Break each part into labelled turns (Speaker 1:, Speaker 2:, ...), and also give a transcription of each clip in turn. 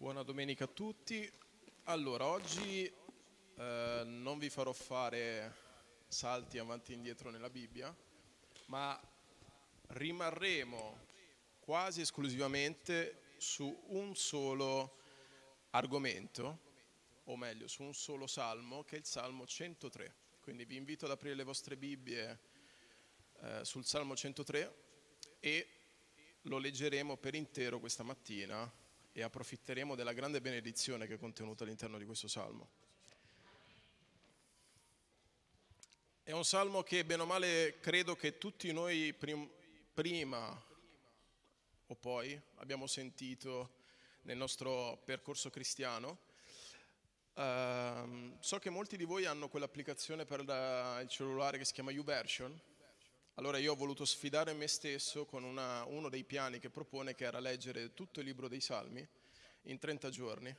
Speaker 1: Buona domenica a tutti. Allora, oggi non vi farò fare salti avanti e indietro nella Bibbia, ma rimarremo quasi esclusivamente su un solo argomento, o meglio, su un solo salmo, che è il Salmo 103. Quindi vi invito ad aprire le vostre Bibbie sul Salmo 103 e lo leggeremo per intero questa mattina e approfitteremo della grande benedizione che è contenuta all'interno di questo salmo. È un salmo che, bene o male, credo che tutti noi prima o poi abbiamo sentito nel nostro percorso cristiano. So che molti di voi hanno quell'applicazione per il cellulare che si chiama YouVersion. Allora io ho voluto sfidare me stesso con uno dei piani che propone, che era leggere tutto il libro dei Salmi in 30 giorni.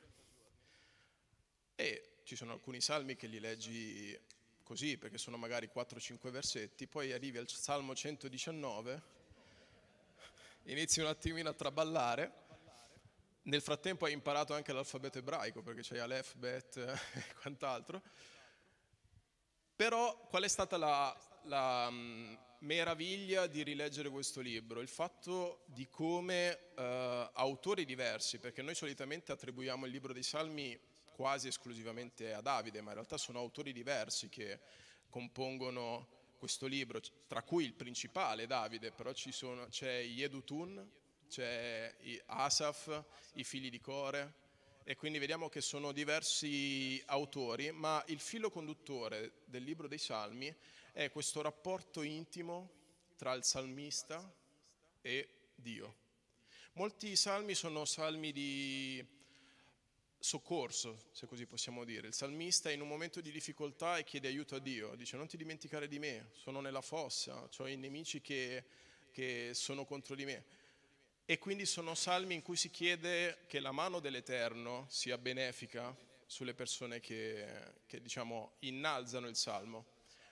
Speaker 1: E ci sono alcuni salmi che li leggi così, perché sono magari 4-5 versetti, poi arrivi al Salmo 119, inizi un attimino a traballare. Nel frattempo hai imparato anche l'alfabeto ebraico, perché c'hai Aleph, Bet e quant'altro. Però qual è stata la meraviglia di rileggere questo libro? Il fatto di come autori diversi, perché noi solitamente attribuiamo il libro dei Salmi quasi esclusivamente a Davide, ma in realtà sono autori diversi che compongono questo libro, tra cui il principale Davide, però c'è Yedutun, c'è Asaf, i figli di Core, e quindi vediamo che sono diversi autori, ma il filo conduttore del libro dei Salmi è questo rapporto intimo tra il salmista e Dio. Molti salmi sono salmi di soccorso, se così possiamo dire. Il salmista è in un momento di difficoltà e chiede aiuto a Dio, dice: non ti dimenticare di me, sono nella fossa, ho i nemici che sono contro di me. E quindi sono salmi in cui si chiede che la mano dell'Eterno sia benefica sulle persone che diciamo innalzano il salmo.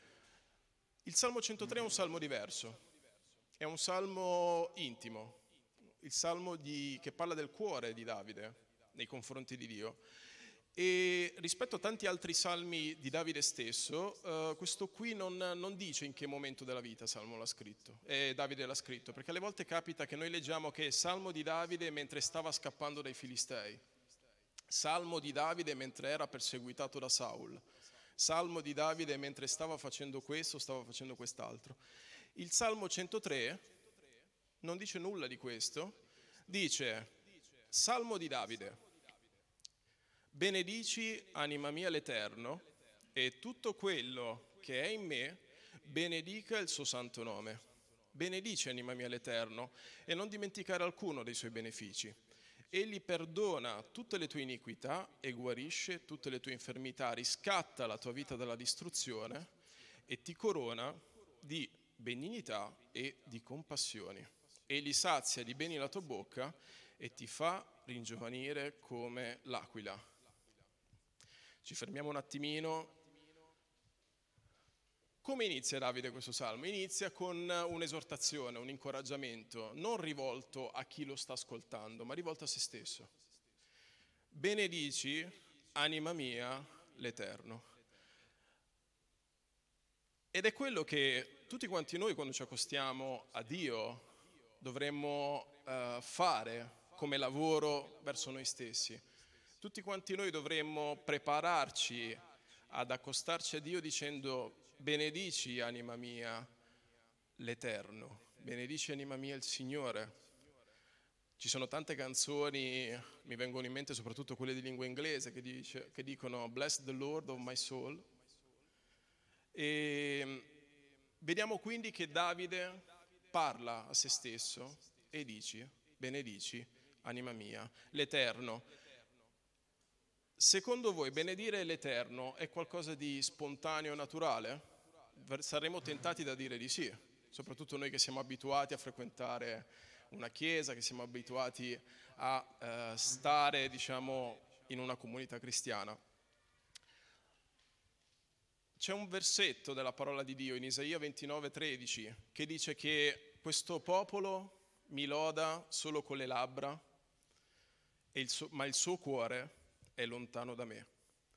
Speaker 1: Il Salmo 103 è un salmo diverso, è un salmo intimo, il salmo che parla del cuore di Davide nei confronti di Dio. E rispetto a tanti altri salmi di Davide stesso, questo qui non dice in che momento della vita Davide l'ha scritto, perché alle volte capita che noi leggiamo che è salmo di Davide mentre stava scappando dai Filistei, salmo di Davide mentre era perseguitato da Saul, salmo di Davide mentre stava facendo questo, stava facendo quest'altro. Il Salmo 103 non dice nulla di questo, dice: salmo di Davide. Benedici, anima mia, l'Eterno, e tutto quello che è in me, benedica il suo santo nome. Benedici, anima mia, l'Eterno, e non dimenticare alcuno dei suoi benefici. Egli perdona tutte le tue iniquità e guarisce tutte le tue infermità, riscatta la tua vita dalla distruzione e ti corona di benignità e di compassioni. Egli sazia di beni la tua bocca e ti fa ringiovanire come l'aquila. Ci fermiamo un attimino. Come inizia Davide questo salmo? Inizia con un'esortazione, un incoraggiamento, non rivolto a chi lo sta ascoltando, ma rivolto a se stesso. Benedici, anima mia, l'Eterno. Ed è quello che tutti quanti noi, quando ci accostiamo a Dio, dovremmo fare come lavoro verso noi stessi. Tutti quanti noi dovremmo prepararci ad accostarci a Dio dicendo: benedici, anima mia, l'Eterno, benedici, anima mia, il Signore. Ci sono tante canzoni, mi vengono in mente soprattutto quelle di lingua inglese, che dicono "Bless the Lord of my soul". E vediamo quindi che Davide parla a se stesso e dice: benedici, anima mia, l'Eterno. Secondo voi benedire l'Eterno è qualcosa di spontaneo e naturale? Saremo tentati da dire di sì, soprattutto noi che siamo abituati a frequentare una chiesa, che siamo abituati a stare, diciamo, in una comunità cristiana. C'è un versetto della parola di Dio in Isaia 29,13 che dice che questo popolo mi loda solo con le labbra ma il suo cuore è lontano da me.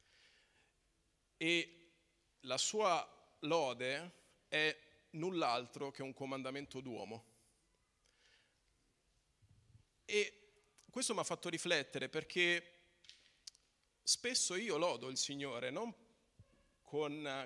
Speaker 1: E la sua lode è null'altro che un comandamento d'uomo. E questo mi ha fatto riflettere, perché spesso io lodo il Signore, non con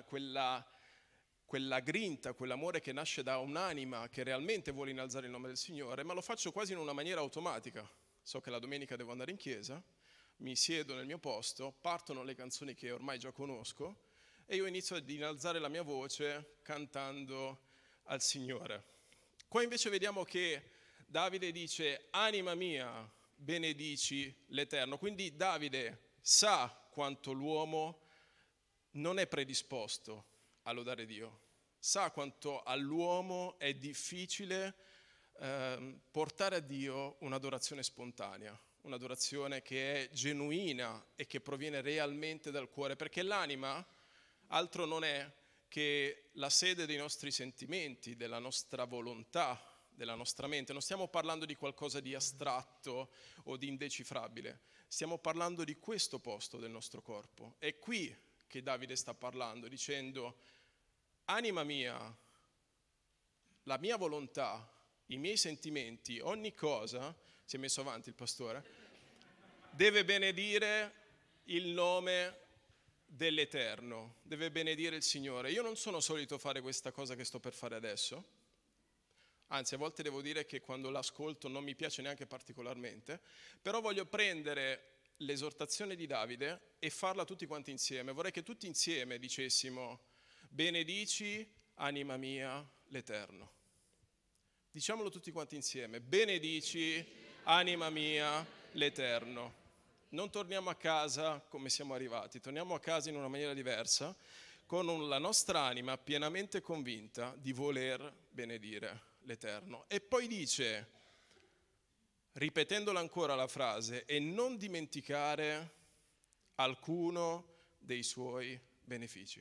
Speaker 1: quella grinta, quell'amore che nasce da un'anima che realmente vuole innalzare il nome del Signore, ma lo faccio quasi in una maniera automatica. So che la domenica devo andare in chiesa, mi siedo nel mio posto, partono le canzoni che ormai già conosco e io inizio ad innalzare la mia voce cantando al Signore. Qua invece vediamo che Davide dice: anima mia, benedici l'Eterno. Quindi Davide sa quanto l'uomo non è predisposto a lodare Dio, sa quanto all'uomo è difficile portare a Dio un'adorazione spontanea, un'adorazione che è genuina e che proviene realmente dal cuore, perché l'anima altro non è che la sede dei nostri sentimenti, della nostra volontà, della nostra mente. Non stiamo parlando di qualcosa di astratto o di indecifrabile, stiamo parlando di questo posto del nostro corpo. È qui che Davide sta parlando, dicendo: anima mia, la mia volontà, i miei sentimenti, ogni cosa, si è messo avanti il pastore, deve benedire il nome dell'Eterno, deve benedire il Signore. Io non sono solito fare questa cosa che sto per fare adesso, anzi a volte devo dire che quando l'ascolto non mi piace neanche particolarmente, però voglio prendere l'esortazione di Davide e farla tutti quanti insieme. Vorrei che tutti insieme dicessimo: benedici, anima mia, l'Eterno. Diciamolo tutti quanti insieme: benedici, anima mia, l'Eterno. Non torniamo a casa come siamo arrivati, torniamo a casa in una maniera diversa, con la nostra anima pienamente convinta di voler benedire l'Eterno. E poi dice, ripetendola ancora la frase: e non dimenticare alcuno dei suoi benefici.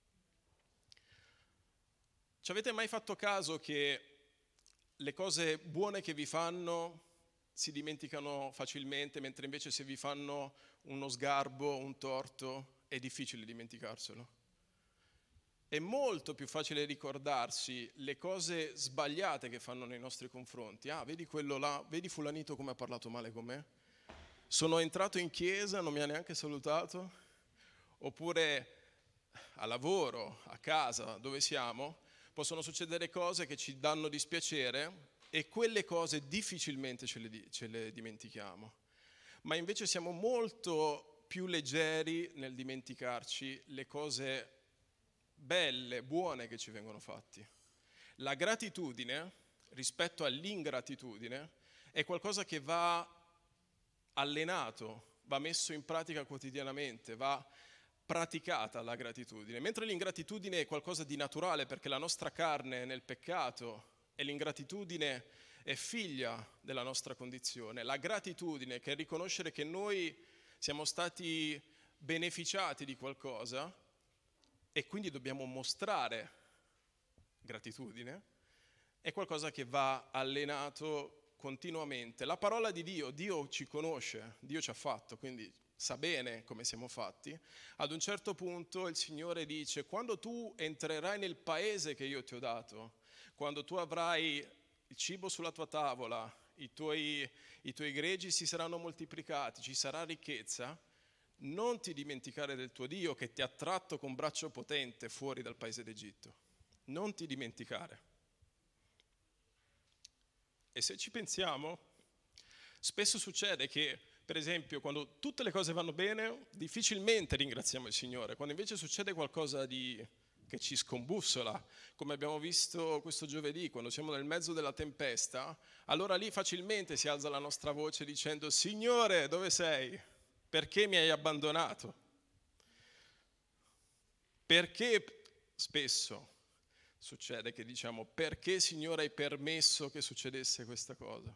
Speaker 1: Ci avete mai fatto caso che le cose buone che vi fanno si dimenticano facilmente, mentre invece se vi fanno uno sgarbo, un torto, è difficile dimenticarselo? È molto più facile ricordarsi le cose sbagliate che fanno nei nostri confronti. Ah, vedi quello là, vedi fulanito come ha parlato male con me? Sono entrato in chiesa, non mi ha neanche salutato? Oppure a lavoro, a casa, dove siamo, possono succedere cose che ci danno dispiacere e quelle cose difficilmente ce le dimentichiamo. Ma invece siamo molto più leggeri nel dimenticarci le cose belle, buone che ci vengono fatte. La gratitudine rispetto all'ingratitudine è qualcosa che va allenato, va messo in pratica quotidianamente, va praticata la gratitudine, mentre l'ingratitudine è qualcosa di naturale perché la nostra carne è nel peccato e l'ingratitudine è figlia della nostra condizione. La gratitudine, che è riconoscere che noi siamo stati beneficiati di qualcosa e quindi dobbiamo mostrare gratitudine, è qualcosa che va allenato continuamente. La parola di Dio, Dio ci conosce, Dio ci ha fatto, quindi sa bene come siamo fatti. Ad un certo punto il Signore dice: quando tu entrerai nel paese che io ti ho dato, quando tu avrai il cibo sulla tua tavola, i tuoi greggi si saranno moltiplicati, ci sarà ricchezza, non ti dimenticare del tuo Dio che ti ha tratto con braccio potente fuori dal paese d'Egitto. Non ti dimenticare. E se ci pensiamo, spesso succede che, per esempio, quando tutte le cose vanno bene, difficilmente ringraziamo il Signore. Quando invece succede qualcosa che ci scombussola, come abbiamo visto questo giovedì, quando siamo nel mezzo della tempesta, allora lì facilmente si alza la nostra voce dicendo: Signore, dove sei? Perché mi hai abbandonato? Perché spesso succede che diciamo: perché, Signore, hai permesso che succedesse questa cosa?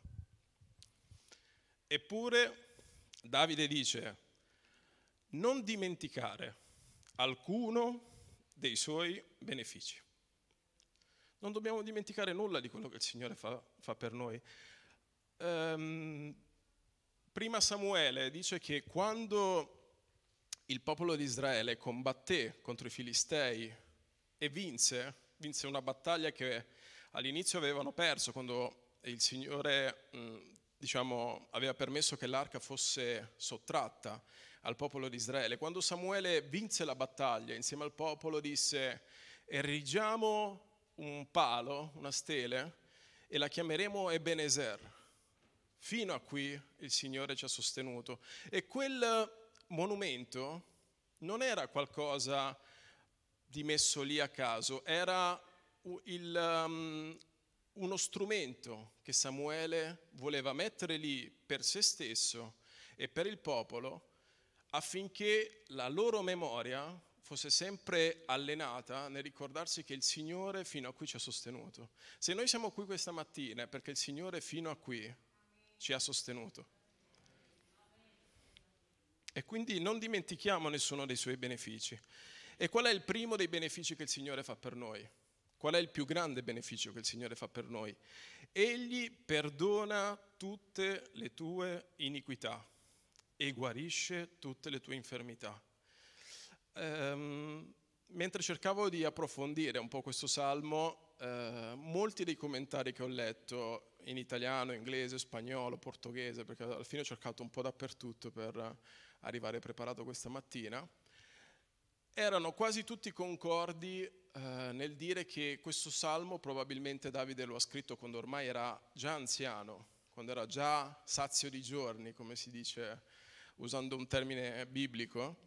Speaker 1: Eppure Davide dice: non dimenticare alcuno dei suoi benefici. Non dobbiamo dimenticare nulla di quello che il Signore fa per noi. Prima Samuele dice che quando il popolo di Israele combatté contro i Filistei e vinse una battaglia che all'inizio avevano perso, quando il Signore aveva permesso che l'arca fosse sottratta al popolo di Israele. Quando Samuele vinse la battaglia insieme al popolo disse: erigiamo un palo, una stele, e la chiameremo Ebenezer. Fino a qui il Signore ci ha sostenuto. E quel monumento non era qualcosa di messo lì a caso, era uno strumento che Samuele voleva mettere lì per se stesso e per il popolo, affinché la loro memoria fosse sempre allenata nel ricordarsi che il Signore fino a qui ci ha sostenuto. Se noi siamo qui questa mattina è perché il Signore fino a qui ci ha sostenuto. E quindi non dimentichiamo nessuno dei suoi benefici. E qual è il primo dei benefici che il Signore fa per noi? Qual è il più grande beneficio che il Signore fa per noi? Egli perdona tutte le tue iniquità e guarisce tutte le tue infermità. Mentre cercavo di approfondire un po' questo salmo, molti dei commentari che ho letto in italiano, inglese, spagnolo, portoghese, perché alla fine ho cercato un po' dappertutto per arrivare preparato questa mattina, erano quasi tutti concordi nel dire che questo salmo probabilmente Davide lo ha scritto quando ormai era già anziano, quando era già sazio di giorni, come si dice usando un termine biblico,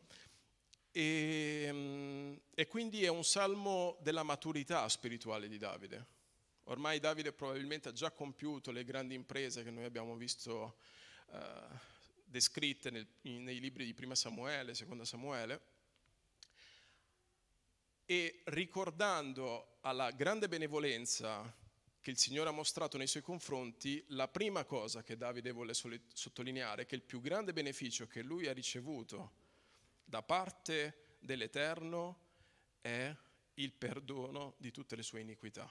Speaker 1: e quindi è un salmo della maturità spirituale di Davide. Ormai Davide probabilmente ha già compiuto le grandi imprese che noi abbiamo visto descritte nei libri di Prima Samuele, Seconda Samuele, e ricordando alla grande benevolenza che il Signore ha mostrato nei suoi confronti, la prima cosa che Davide vuole sottolineare è che il più grande beneficio che lui ha ricevuto da parte dell'Eterno è il perdono di tutte le sue iniquità.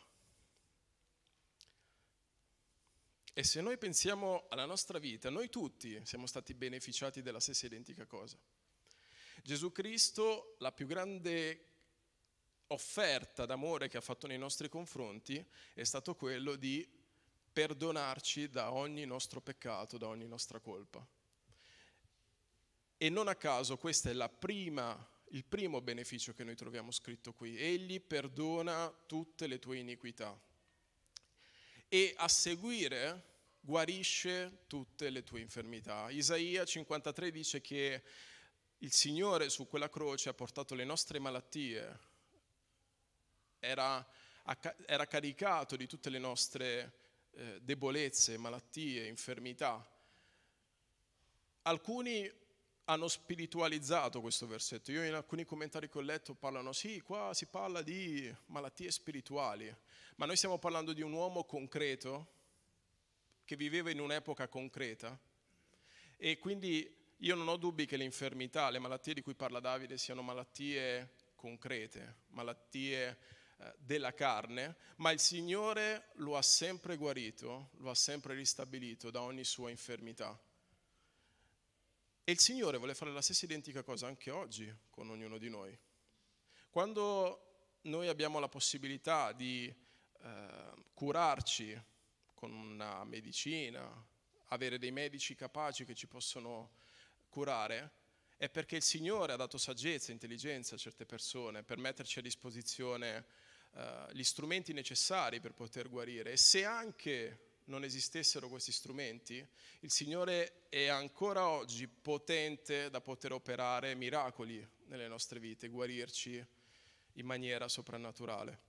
Speaker 1: E se noi pensiamo alla nostra vita, noi tutti siamo stati beneficiati della stessa identica cosa. Gesù Cristo, la più grande offerta d'amore che ha fatto nei nostri confronti è stato quello di perdonarci da ogni nostro peccato, da ogni nostra colpa. E non a caso questo è il primo beneficio che noi troviamo scritto qui. Egli perdona tutte le tue iniquità. E a seguire guarisce tutte le tue infermità. Isaia 53 dice che il Signore su quella croce ha portato le nostre malattie, era caricato di tutte le nostre debolezze, malattie, infermità. Alcuni hanno spiritualizzato questo versetto. Io in alcuni commentari che ho letto parlano, sì, qua si parla di malattie spirituali, ma noi stiamo parlando di un uomo concreto che viveva in un'epoca concreta, e quindi io non ho dubbi che le infermità, le malattie di cui parla Davide siano malattie concrete, malattie della carne, ma il Signore lo ha sempre guarito, lo ha sempre ristabilito da ogni sua infermità. E il Signore vuole fare la stessa identica cosa anche oggi con ognuno di noi. Quando noi abbiamo la possibilità di curarci con una medicina, avere dei medici capaci che ci possono curare, è perché il Signore ha dato saggezza e intelligenza a certe persone per metterci a disposizione gli strumenti necessari per poter guarire. E se anche non esistessero questi strumenti, il Signore è ancora oggi potente da poter operare miracoli nelle nostre vite, guarirci in maniera soprannaturale.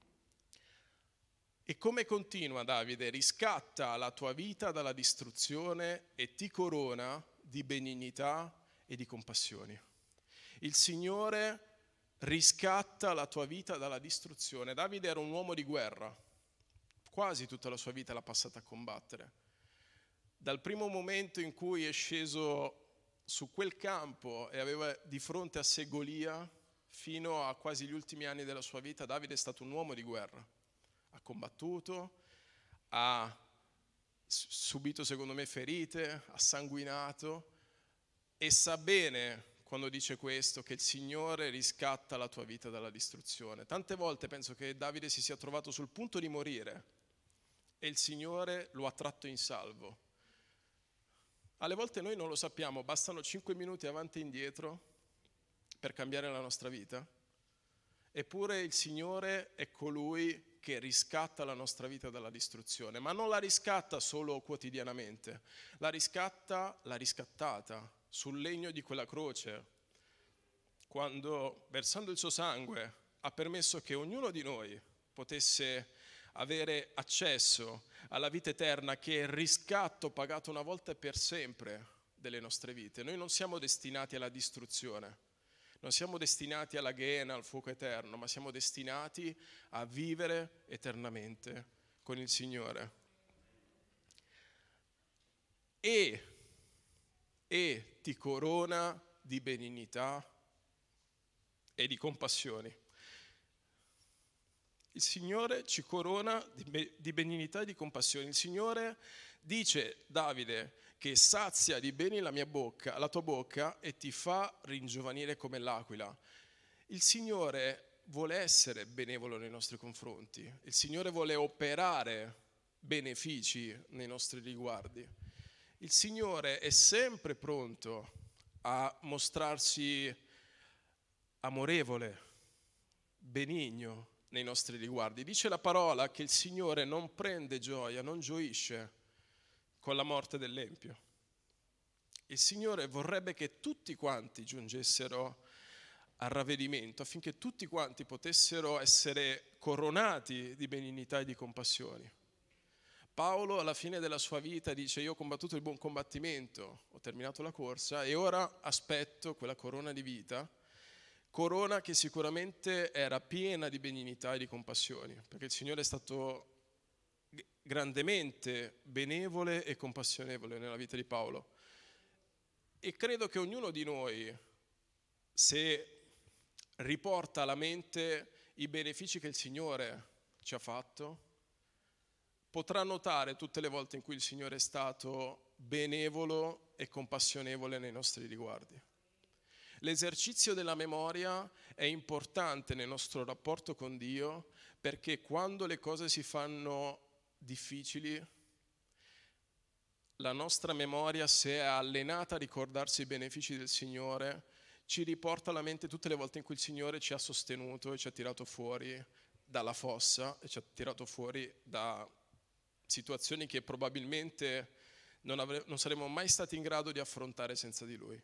Speaker 1: E come continua Davide? Riscatta la tua vita dalla distruzione e ti corona di benignità e di compassioni. Il Signore riscatta la tua vita dalla distruzione. Davide era un uomo di guerra, quasi tutta la sua vita l'ha passata a combattere. Dal primo momento in cui è sceso su quel campo e aveva di fronte a sé Golia, fino a quasi gli ultimi anni della sua vita, Davide è stato un uomo di guerra. Ha combattuto, ha subito secondo me ferite, ha sanguinato e sa bene quando dice questo che il Signore riscatta la tua vita dalla distruzione. Tante volte penso che Davide si sia trovato sul punto di morire e il Signore lo ha tratto in salvo. Alle volte noi non lo sappiamo, bastano 5 minuti avanti e indietro per cambiare la nostra vita, eppure il Signore è colui che riscatta la nostra vita dalla distruzione, ma non la riscatta solo quotidianamente, l'ha riscattata sul legno di quella croce, quando versando il suo sangue ha permesso che ognuno di noi potesse avere accesso alla vita eterna, che è il riscatto pagato una volta e per sempre delle nostre vite. Noi non siamo destinati alla distruzione, non siamo destinati alla Gehenna, al fuoco eterno, ma siamo destinati a vivere eternamente con il Signore. E ti corona di benignità e di compassioni. Il Signore ci corona di benignità e di compassioni. Il Signore dice, Davide, che sazia di beni la tua bocca e ti fa ringiovanire come l'aquila. Il Signore vuole essere benevolo nei nostri confronti. Il Signore vuole operare benefici nei nostri riguardi. Il Signore è sempre pronto a mostrarsi amorevole, benigno nei nostri riguardi. Dice la parola che il Signore non prende gioia, non gioisce con la morte dell'empio. Il Signore vorrebbe che tutti quanti giungessero al ravvedimento, affinché tutti quanti potessero essere coronati di benignità e di compassioni. Paolo alla fine della sua vita dice: io ho combattuto il buon combattimento, ho terminato la corsa e ora aspetto quella corona di vita, corona che sicuramente era piena di benignità e di compassioni, perché il Signore è stato grandemente benevole e compassionevole nella vita di Paolo. E credo che ognuno di noi, se riporta alla mente i benefici che il Signore ci ha fatto, potrà notare tutte le volte in cui il Signore è stato benevolo e compassionevole nei nostri riguardi. L'esercizio della memoria è importante nel nostro rapporto con Dio, perché quando le cose si fanno difficili, la nostra memoria, se è allenata a ricordarsi i benefici del Signore, ci riporta alla mente tutte le volte in cui il Signore ci ha sostenuto e ci ha tirato fuori dalla fossa e ci ha tirato fuori da situazioni che probabilmente non saremmo mai stati in grado di affrontare senza di Lui.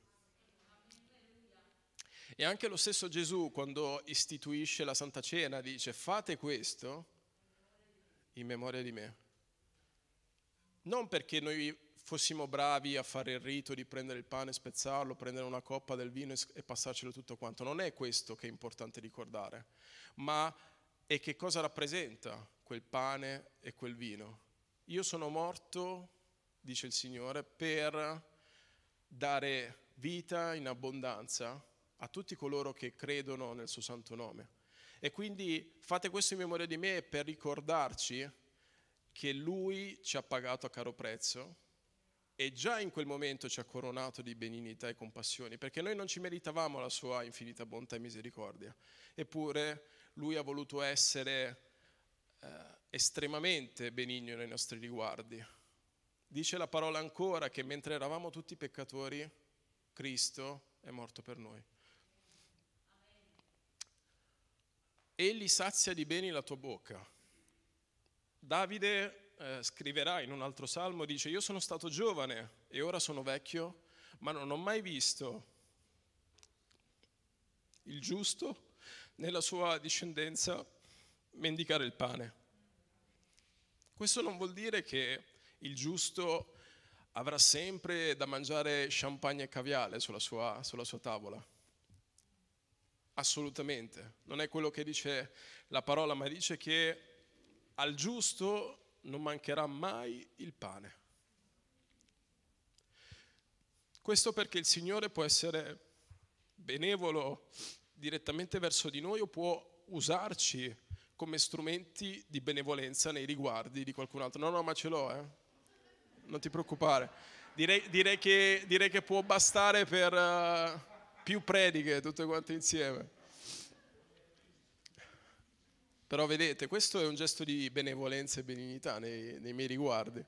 Speaker 1: E anche lo stesso Gesù, quando istituisce la Santa Cena, dice: fate questo in memoria di me. Non perché noi fossimo bravi a fare il rito di prendere il pane, spezzarlo, prendere una coppa del vino e passarcelo tutto quanto. Non è questo che è importante ricordare, ma è che cosa rappresenta quel pane e quel vino. Io sono morto, dice il Signore, per dare vita in abbondanza a tutti coloro che credono nel suo santo nome. E quindi fate questo in memoria di me, per ricordarci che Lui ci ha pagato a caro prezzo e già in quel momento ci ha coronato di benignità e compassioni, perché noi non ci meritavamo la sua infinita bontà e misericordia. Eppure Lui ha voluto essere estremamente benigno nei nostri riguardi. Dice la parola ancora che mentre eravamo tutti peccatori, Cristo è morto per noi. Egli sazia di beni la tua bocca. Davide scriverà in un altro salmo, dice: io sono stato giovane e ora sono vecchio, ma non ho mai visto il giusto nella sua discendenza mendicare il pane. Questo non vuol dire che il giusto avrà sempre da mangiare champagne e caviale sulla sua tavola. Assolutamente. Non è quello che dice la parola, ma dice che al giusto non mancherà mai il pane. Questo perché il Signore può essere benevolo direttamente verso di noi o può usarci come strumenti di benevolenza nei riguardi di qualcun altro. No, ma ce l'ho, non ti preoccupare. Direi che può bastare per più prediche tutte quante insieme. Però vedete, questo è un gesto di benevolenza e benignità nei miei riguardi.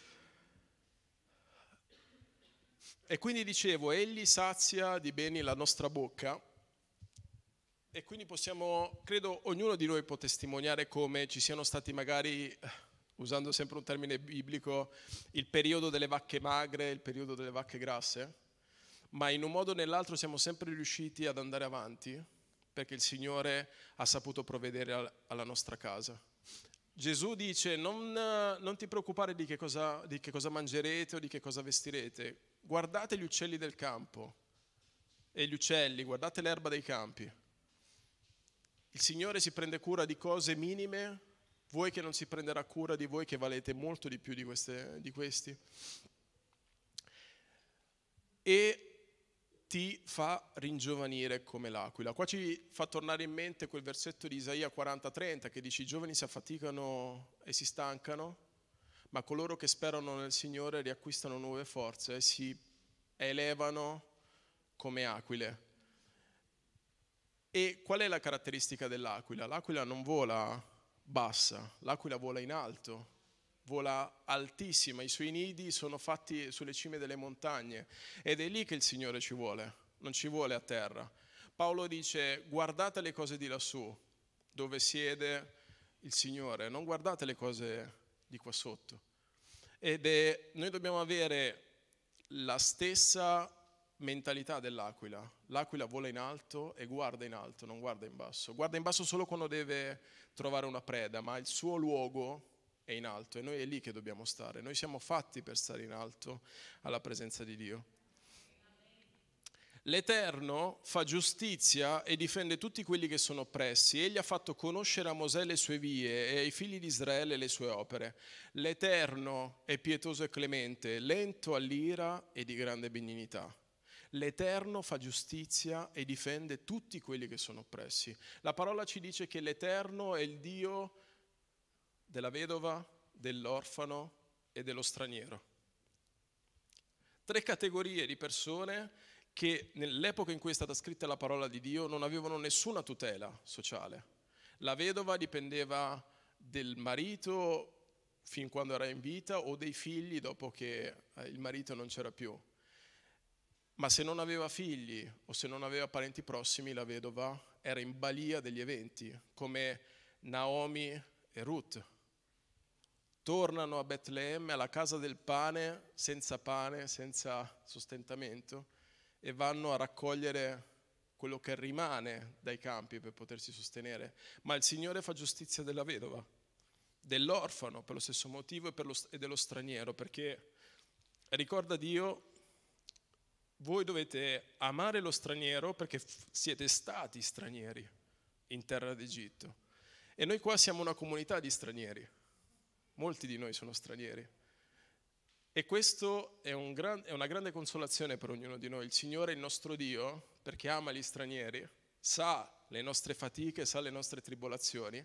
Speaker 1: E quindi dicevo, egli sazia di beni la nostra bocca, e quindi possiamo, credo, ognuno di noi può testimoniare come ci siano stati magari, usando sempre un termine biblico, il periodo delle vacche magre, il periodo delle vacche grasse, ma in un modo o nell'altro siamo sempre riusciti ad andare avanti perché il Signore ha saputo provvedere alla nostra casa. Gesù dice non ti preoccupare di che cosa mangerete o di che cosa vestirete, guardate gli uccelli del campo e gli uccelli, guardate l'erba dei campi. Il Signore si prende cura di cose minime, voi che non si prenderà cura di voi che valete molto di più di questi. E ti fa ringiovanire come l'aquila. Qua ci fa tornare in mente quel versetto di Isaia 40:30 che dice: i giovani si affaticano e si stancano, ma coloro che sperano nel Signore riacquistano nuove forze e si elevano come aquile. E qual è la caratteristica dell'aquila? L'aquila non vola bassa, l'aquila vola in alto, vola altissima, i suoi nidi sono fatti sulle cime delle montagne ed è lì che il Signore ci vuole, non ci vuole a terra. Paolo dice: guardate le cose di lassù, dove siede il Signore, non guardate le cose di qua sotto. Noi dobbiamo avere la stessa mentalità dell'aquila. L'aquila vola in alto e guarda in alto, non guarda in basso. Guarda in basso solo quando deve trovare una preda, ma il suo luogo è in alto e noi è lì che dobbiamo stare. Noi siamo fatti per stare in alto alla presenza di Dio. L'Eterno fa giustizia e difende tutti quelli che sono oppressi. Egli ha fatto conoscere a Mosè le sue vie e ai figli di Israele le sue opere. L'Eterno è pietoso e clemente, lento all'ira e di grande benignità. L'Eterno fa giustizia e difende tutti quelli che sono oppressi. La parola ci dice che l'Eterno è il Dio della vedova, dell'orfano e dello straniero. 3 categorie di persone che nell'epoca in cui è stata scritta la parola di Dio non avevano nessuna tutela sociale. La vedova dipendeva del marito fin quando era in vita o dei figli dopo che il marito non c'era più. Ma se non aveva figli o se non aveva parenti prossimi, la vedova era in balia degli eventi, come Naomi e Ruth. Tornano a Betlemme, alla casa del pane, senza sostentamento, e vanno a raccogliere quello che rimane dai campi per potersi sostenere. Ma il Signore fa giustizia della vedova, dell'orfano per lo stesso motivo e dello straniero, perché ricorda Dio: voi dovete amare lo straniero perché siete stati stranieri in terra d'Egitto. E noi qua siamo una comunità di stranieri. Molti di noi sono stranieri. E questo è una grande consolazione per ognuno di noi. Il Signore è il nostro Dio, perché ama gli stranieri, sa le nostre fatiche, sa le nostre tribolazioni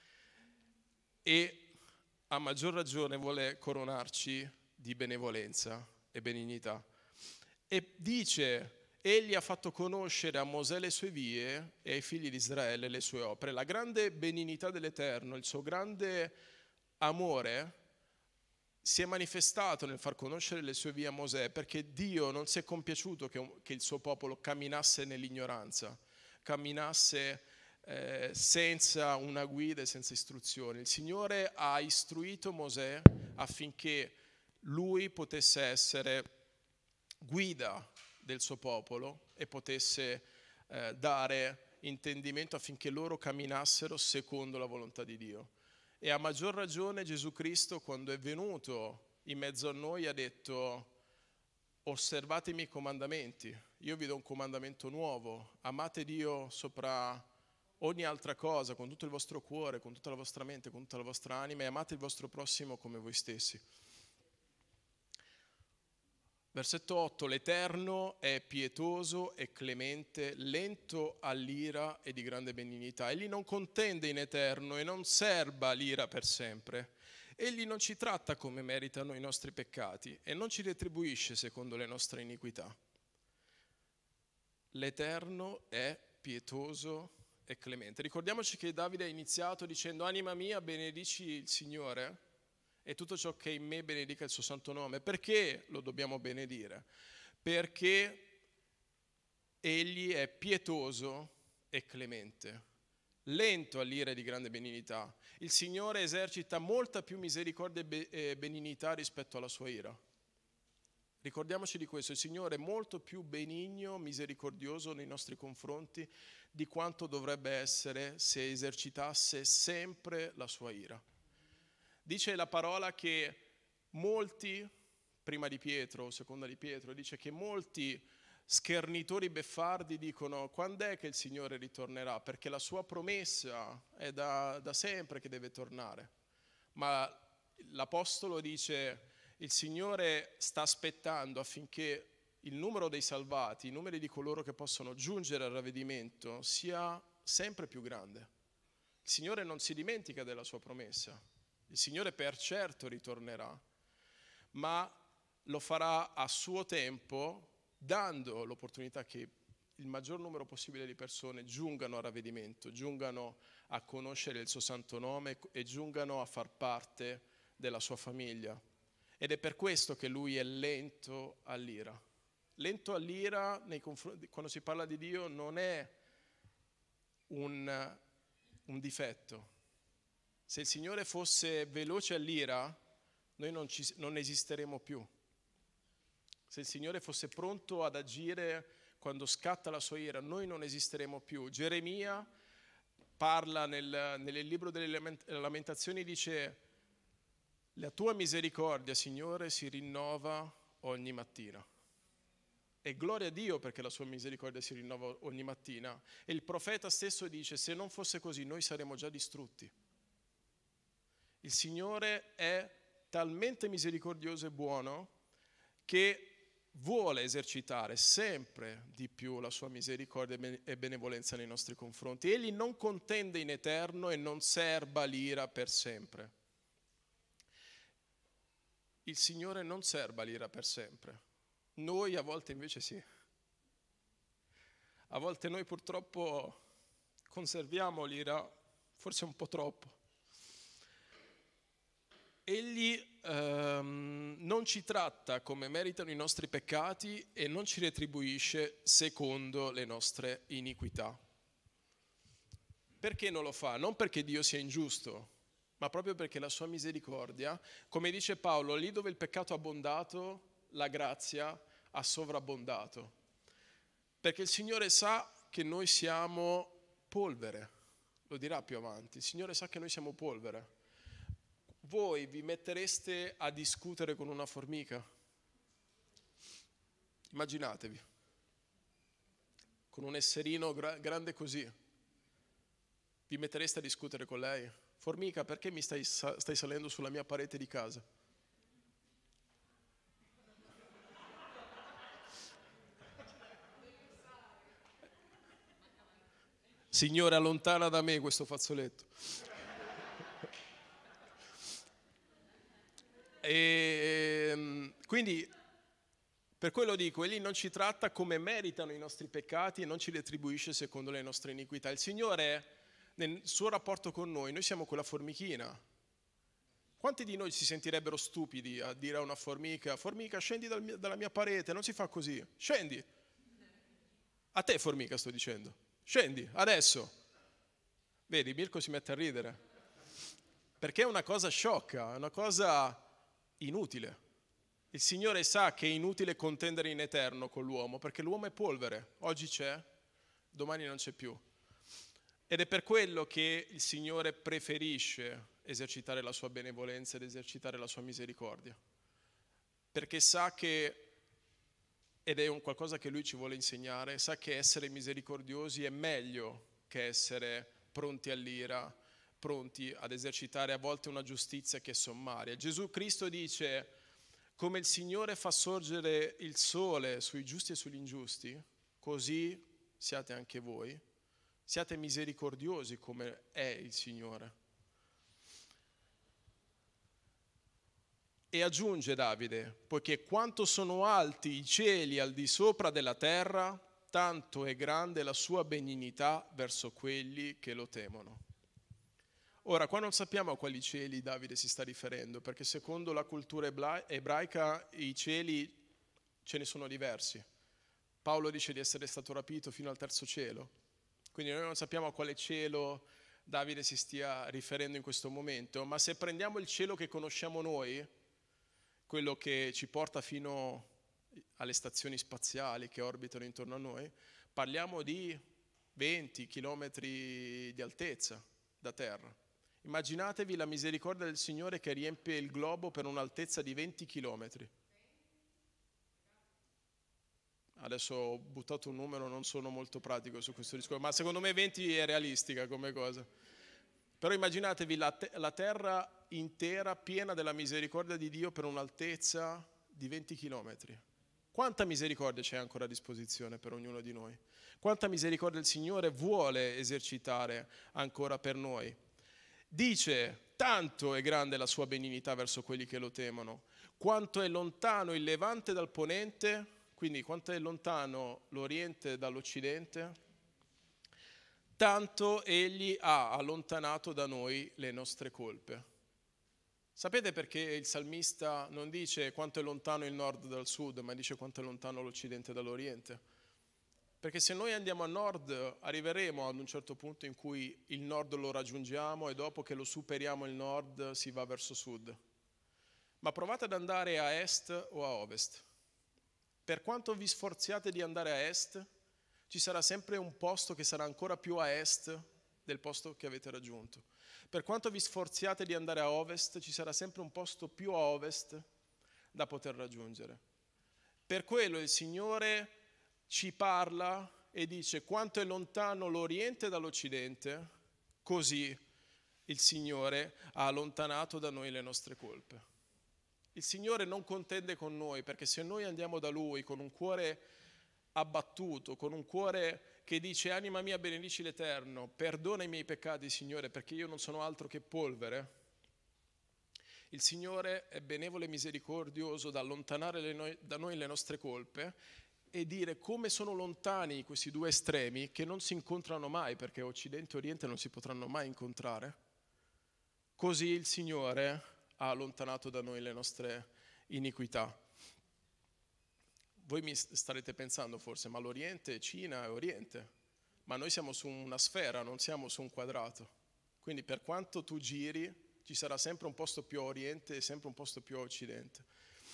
Speaker 1: e a maggior ragione vuole coronarci di benevolenza e benignità. E dice: egli ha fatto conoscere a Mosè le sue vie e ai figli di Israele le sue opere. La grande benignità dell'Eterno, il suo grande amore si è manifestato nel far conoscere le sue vie a Mosè, perché Dio non si è compiaciuto che il suo popolo camminasse nell'ignoranza, camminasse senza una guida e senza istruzioni. Il Signore ha istruito Mosè affinché lui potesse essere guida del suo popolo e potesse dare intendimento affinché loro camminassero secondo la volontà di Dio. E a maggior ragione Gesù Cristo, quando è venuto in mezzo a noi, ha detto: osservate i miei comandamenti, io vi do un comandamento nuovo, amate Dio sopra ogni altra cosa, con tutto il vostro cuore, con tutta la vostra mente, con tutta la vostra anima, e amate il vostro prossimo come voi stessi. Versetto 8: l'Eterno è pietoso e clemente, lento all'ira e di grande benignità. Egli non contende in eterno e non serba l'ira per sempre. Egli non ci tratta come meritano i nostri peccati e non ci retribuisce secondo le nostre iniquità. L'Eterno è pietoso e clemente. Ricordiamoci che Davide ha iniziato dicendo: anima mia, benedici il Signore e tutto ciò che è in me benedica il suo santo nome. Perché lo dobbiamo benedire? Perché Egli è pietoso e clemente, lento all'ira e di grande benignità. Il Signore esercita molta più misericordia e benignità rispetto alla sua ira. Ricordiamoci di questo: il Signore è molto più benigno, misericordioso nei nostri confronti di quanto dovrebbe essere se esercitasse sempre la sua ira. Dice la parola che molti, prima di Pietro, seconda di Pietro, dice che molti schernitori beffardi dicono: quando è che il Signore ritornerà? Perché la sua promessa è da sempre che deve tornare. Ma l'Apostolo dice: il Signore sta aspettando affinché il numero dei salvati, i numeri di coloro che possono giungere al ravvedimento sia sempre più grande. Il Signore non si dimentica della sua promessa. Il Signore per certo ritornerà, ma lo farà a suo tempo, dando l'opportunità che il maggior numero possibile di persone giungano al ravvedimento, giungano a conoscere il suo santo nome e giungano a far parte della sua famiglia. Ed è per questo che lui è lento all'ira. Lento all'ira nei confronti, quando si parla di Dio, non è un difetto. Se il Signore fosse veloce all'ira, noi non esisteremo più. Se il Signore fosse pronto ad agire quando scatta la sua ira, noi non esisteremo più. Geremia parla nel libro delle Lamentazioni, dice: la tua misericordia, Signore, si rinnova ogni mattina. E gloria a Dio perché la sua misericordia si rinnova ogni mattina. E il profeta stesso dice: se non fosse così noi saremmo già distrutti. Il Signore è talmente misericordioso e buono che vuole esercitare sempre di più la sua misericordia e benevolenza nei nostri confronti. Egli non contende in eterno e non serba l'ira per sempre. Il Signore non serba l'ira per sempre. Noi a volte invece sì. A volte noi purtroppo conserviamo l'ira, forse un po' troppo. Egli non ci tratta come meritano i nostri peccati e non ci retribuisce secondo le nostre iniquità. Perché non lo fa? Non perché Dio sia ingiusto, ma proprio perché la sua misericordia, come dice Paolo, lì dove il peccato ha abbondato, la grazia ha sovrabbondato. Perché il Signore sa che noi siamo polvere, lo dirà più avanti, il Signore sa che noi siamo polvere. Voi vi mettereste a discutere con una formica? Immaginatevi, con un esserino grande così, vi mettereste a discutere con lei? Formica, perché mi stai salendo sulla mia parete di casa? Signore, allontana da me questo fazzoletto. E quindi, per quello dico, Egli non ci tratta come meritano i nostri peccati e non ci retribuisce secondo le nostre iniquità. Il Signore, nel suo rapporto con noi siamo quella formichina. Quanti di noi si sentirebbero stupidi a dire a una formica: formica, scendi dalla mia parete, non si fa così, scendi. A te, formica, sto dicendo, scendi, adesso. Vedi, Mirko si mette a ridere, perché è una cosa sciocca, è una cosa inutile. Il Signore sa che è inutile contendere in eterno con l'uomo, perché l'uomo è polvere, oggi c'è, domani non c'è più. Ed è per quello che il Signore preferisce esercitare la sua benevolenza ed esercitare la sua misericordia, perché sa che, ed è un qualcosa che Lui ci vuole insegnare, sa che essere misericordiosi è meglio che essere pronti all'ira, pronti ad esercitare a volte una giustizia che è sommaria. Gesù Cristo dice: come il Signore fa sorgere il sole sui giusti e sugli ingiusti, così siate anche voi, siate misericordiosi come è il Signore. E aggiunge Davide, poiché quanto sono alti i cieli al di sopra della terra, tanto è grande la sua benignità verso quelli che lo temono. Ora, qua non sappiamo a quali cieli Davide si sta riferendo, perché secondo la cultura ebraica i cieli ce ne sono diversi. Paolo dice di essere stato rapito fino al terzo cielo, quindi noi non sappiamo a quale cielo Davide si stia riferendo in questo momento, ma se prendiamo il cielo che conosciamo noi, quello che ci porta fino alle stazioni spaziali che orbitano intorno a noi, parliamo di 20 chilometri di altezza da terra. Immaginatevi la misericordia del Signore che riempie il globo per un'altezza di 20 chilometri. Adesso ho buttato un numero, non sono molto pratico su questo discorso, ma secondo me 20 è realistica come cosa. Però immaginatevi la terra intera piena della misericordia di Dio per un'altezza di 20 chilometri. Quanta misericordia c'è ancora a disposizione per ognuno di noi? Quanta misericordia il Signore vuole esercitare ancora per noi? Dice, tanto è grande la sua benignità verso quelli che lo temono, quanto è lontano il levante dal ponente, quindi quanto è lontano l'Oriente dall'Occidente, tanto egli ha allontanato da noi le nostre colpe. Sapete perché il salmista non dice quanto è lontano il nord dal sud, ma dice quanto è lontano l'Occidente dall'Oriente? Perché se noi andiamo a nord arriveremo ad un certo punto in cui il nord lo raggiungiamo e dopo che lo superiamo il nord si va verso sud. Ma provate ad andare a est o a ovest. Per quanto vi sforziate di andare a est, ci sarà sempre un posto che sarà ancora più a est del posto che avete raggiunto. Per quanto vi sforziate di andare a ovest, ci sarà sempre un posto più a ovest da poter raggiungere. Per quello il Signore ci parla e dice quanto è lontano l'Oriente dall'Occidente, così il Signore ha allontanato da noi le nostre colpe. Il Signore non contende con noi, perché se noi andiamo da Lui con un cuore abbattuto, con un cuore che dice anima mia benedici l'Eterno, perdona i miei peccati Signore perché io non sono altro che polvere, il Signore è benevolo e misericordioso da allontanare da noi le nostre colpe e dire come sono lontani questi due estremi che non si incontrano mai, perché Occidente e Oriente non si potranno mai incontrare. Così il Signore ha allontanato da noi le nostre iniquità. Voi mi starete pensando forse, ma l'Oriente, Cina è Oriente, ma noi siamo su una sfera, non siamo su un quadrato. Quindi per quanto tu giri, ci sarà sempre un posto più a Oriente e sempre un posto più a Occidente.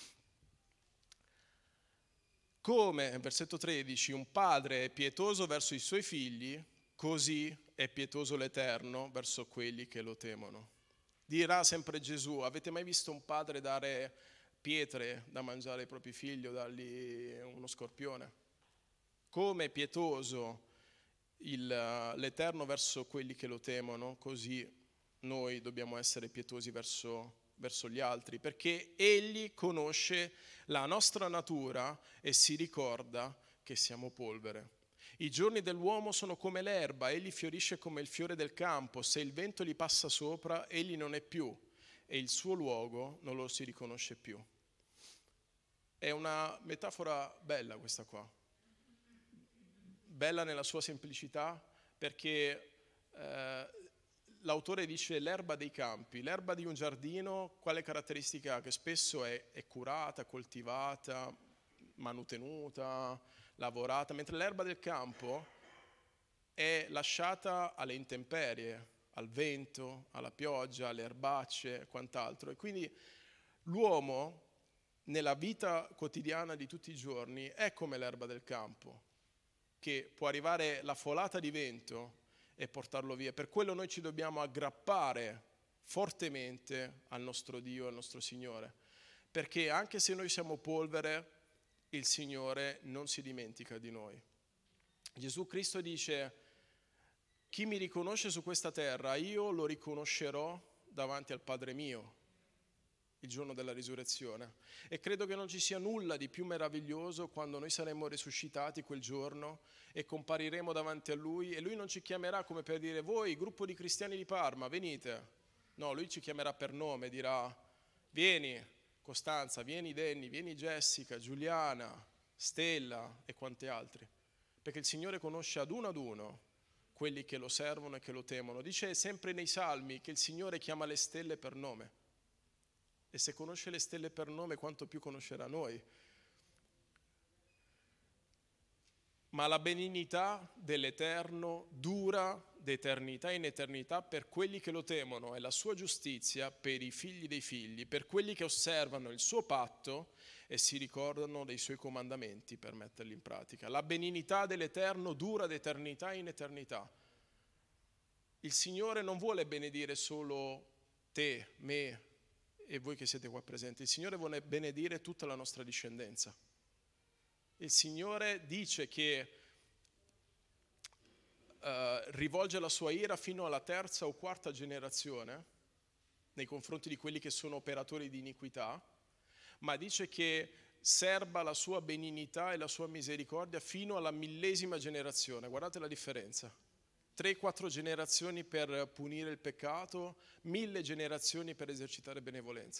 Speaker 1: Come, versetto 13, un padre è pietoso verso i suoi figli, così è pietoso l'Eterno verso quelli che lo temono. Dirà sempre Gesù, avete mai visto un padre dare pietre da mangiare ai propri figli o dargli uno scorpione? Come è pietoso l'Eterno verso quelli che lo temono, così noi dobbiamo essere pietosi verso gli altri, perché Egli conosce la nostra natura e si ricorda che siamo polvere. I giorni dell'uomo sono come l'erba, egli fiorisce come il fiore del campo, se il vento gli passa sopra, egli non è più e il suo luogo non lo si riconosce più. È una metafora bella questa qua, bella nella sua semplicità, perché l'autore dice l'erba dei campi, l'erba di un giardino, quale caratteristica ha? Che spesso è curata, coltivata, manutenuta, lavorata, mentre l'erba del campo è lasciata alle intemperie, al vento, alla pioggia, alle erbacce e quant'altro. E quindi l'uomo nella vita quotidiana di tutti i giorni è come l'erba del campo, che può arrivare la folata di vento e portarlo via. Per quello noi ci dobbiamo aggrappare fortemente al nostro Dio, al nostro Signore, perché anche se noi siamo polvere, il Signore non si dimentica di noi. Gesù Cristo dice: chi mi riconosce su questa terra, io lo riconoscerò davanti al Padre mio il giorno della risurrezione. E credo che non ci sia nulla di più meraviglioso quando noi saremo risuscitati quel giorno e compariremo davanti a Lui, e Lui non ci chiamerà come per dire voi, gruppo di cristiani di Parma, venite. No, Lui ci chiamerà per nome, dirà vieni, Costanza, vieni Denny, vieni Jessica, Giuliana, Stella e quante altre. Perché il Signore conosce ad uno quelli che lo servono e che lo temono. Dice sempre nei Salmi che il Signore chiama le stelle per nome. E se conosce le stelle per nome, quanto più conoscerà noi. Ma la benignità dell'Eterno dura d'eternità in eternità per quelli che lo temono e la sua giustizia per i figli dei figli, per quelli che osservano il suo patto e si ricordano dei suoi comandamenti per metterli in pratica. La benignità dell'Eterno dura d'eternità in eternità. Il Signore non vuole benedire solo te, me e voi che siete qua presenti. Il Signore vuole benedire tutta la nostra discendenza. Il Signore dice che rivolge la sua ira fino alla terza o quarta generazione nei confronti di quelli che sono operatori di iniquità, ma dice che serba la sua benignità e la sua misericordia fino alla 1000ª generazione. Guardate la differenza. 3-4 generazioni per punire il peccato, 1000 generazioni per esercitare benevolenza.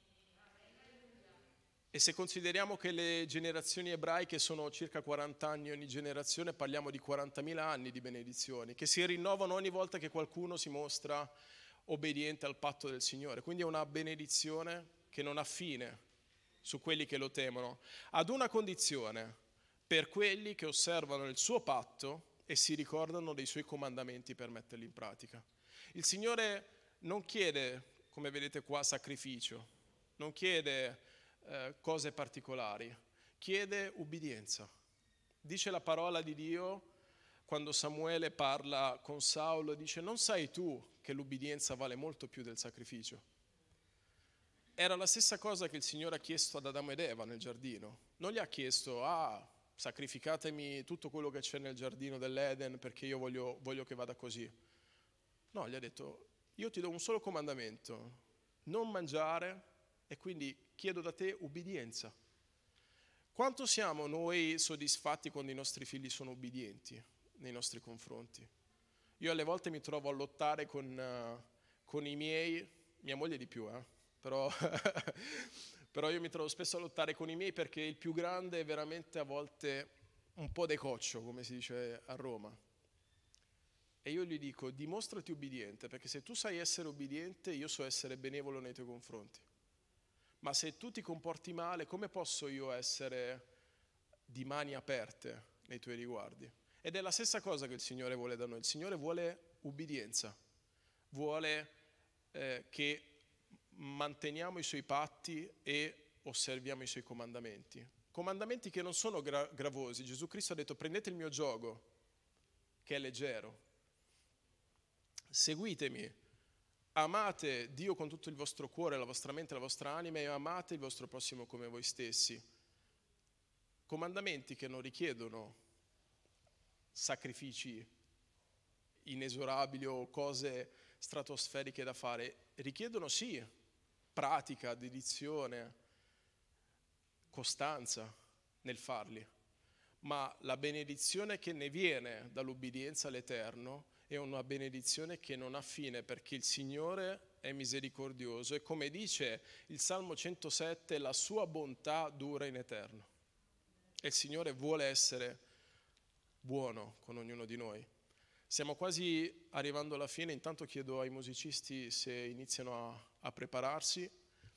Speaker 1: E se consideriamo che le generazioni ebraiche sono circa 40 anni ogni generazione, parliamo di 40.000 anni di benedizioni, che si rinnovano ogni volta che qualcuno si mostra obbediente al patto del Signore. Quindi è una benedizione che non ha fine su quelli che lo temono, ad una condizione: per quelli che osservano il suo patto e si ricordano dei suoi comandamenti per metterli in pratica. Il Signore non chiede, come vedete qua, sacrificio, non chiede cose particolari, chiede ubbidienza. Dice la parola di Dio, quando Samuele parla con Saulo, dice: non sai tu che l'ubbidienza vale molto più del sacrificio? Era la stessa cosa che il Signore ha chiesto ad Adamo ed Eva nel giardino. Non gli ha chiesto: sacrificatemi tutto quello che c'è nel giardino dell'Eden perché io voglio che vada così. No, gli ha detto: io ti do un solo comandamento, non mangiare, e quindi chiedo da te ubbidienza. Quanto siamo noi soddisfatti quando i nostri figli sono ubbidienti nei nostri confronti? Io alle volte mi trovo a lottare con i miei, mia moglie di più, però, però io mi trovo spesso a lottare con i miei perché il più grande è veramente a volte un po' decoccio, come si dice a Roma. E io gli dico: dimostrati ubbidiente, perché se tu sai essere ubbidiente, io so essere benevolo nei tuoi confronti. Ma se tu ti comporti male, come posso io essere di mani aperte nei tuoi riguardi? Ed è la stessa cosa che il Signore vuole da noi. Il Signore vuole ubbidienza, vuole che manteniamo i suoi patti e osserviamo i suoi comandamenti. Comandamenti che non sono gravosi. Gesù Cristo ha detto: prendete il mio giogo, che è leggero. Seguitemi. Amate Dio con tutto il vostro cuore, la vostra mente, la vostra anima, e amate il vostro prossimo come voi stessi. Comandamenti che non richiedono sacrifici inesorabili o cose stratosferiche da fare, richiedono sì pratica, dedizione, costanza nel farli, ma la benedizione che ne viene dall'ubbidienza all'Eterno è una benedizione che non ha fine, perché il Signore è misericordioso e, come dice il Salmo 107, la sua bontà dura in eterno. E il Signore vuole essere buono con ognuno di noi. Stiamo quasi arrivando alla fine, intanto chiedo ai musicisti se iniziano a prepararsi.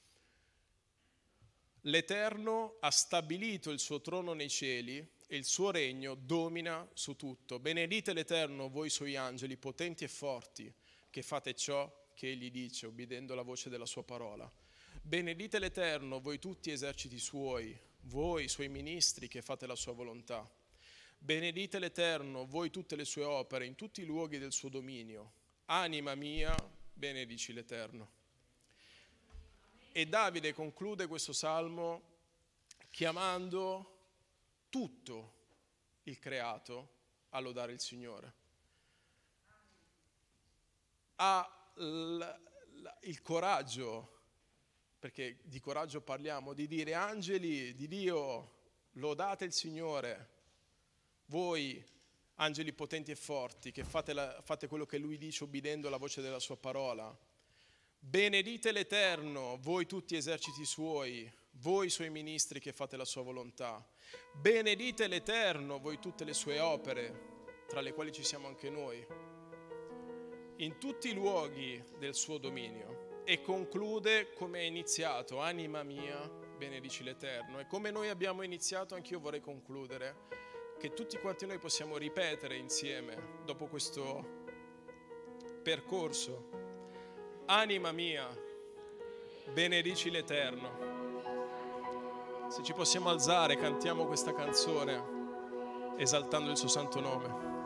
Speaker 1: L'Eterno ha stabilito il suo trono nei cieli e il suo regno domina su tutto. Benedite l'Eterno, voi suoi angeli, potenti e forti, che fate ciò che egli dice, obbedendo alla voce della sua parola. Benedite l'Eterno, voi tutti eserciti suoi, voi suoi ministri, che fate la sua volontà. Benedite l'Eterno, voi tutte le sue opere, in tutti i luoghi del suo dominio. Anima mia, benedici l'Eterno. E Davide conclude questo salmo chiamando tutto il creato a lodare il Signore. Ha il coraggio, perché di coraggio parliamo, di dire: angeli di Dio, lodate il Signore, voi angeli potenti e forti che fate quello che Lui dice obbedendo alla voce della sua parola. Benedite l'Eterno, voi tutti eserciti suoi, voi suoi ministri che fate la sua volontà. Benedite l'Eterno, voi tutte le sue opere, tra le quali ci siamo anche noi, in tutti i luoghi del suo dominio. E conclude come è iniziato: anima mia, benedici l'Eterno. E come noi abbiamo iniziato, anch'io vorrei concludere, che tutti quanti noi possiamo ripetere insieme, dopo questo percorso: anima mia, benedici l'Eterno. Se ci possiamo alzare, cantiamo questa canzone esaltando il suo santo nome.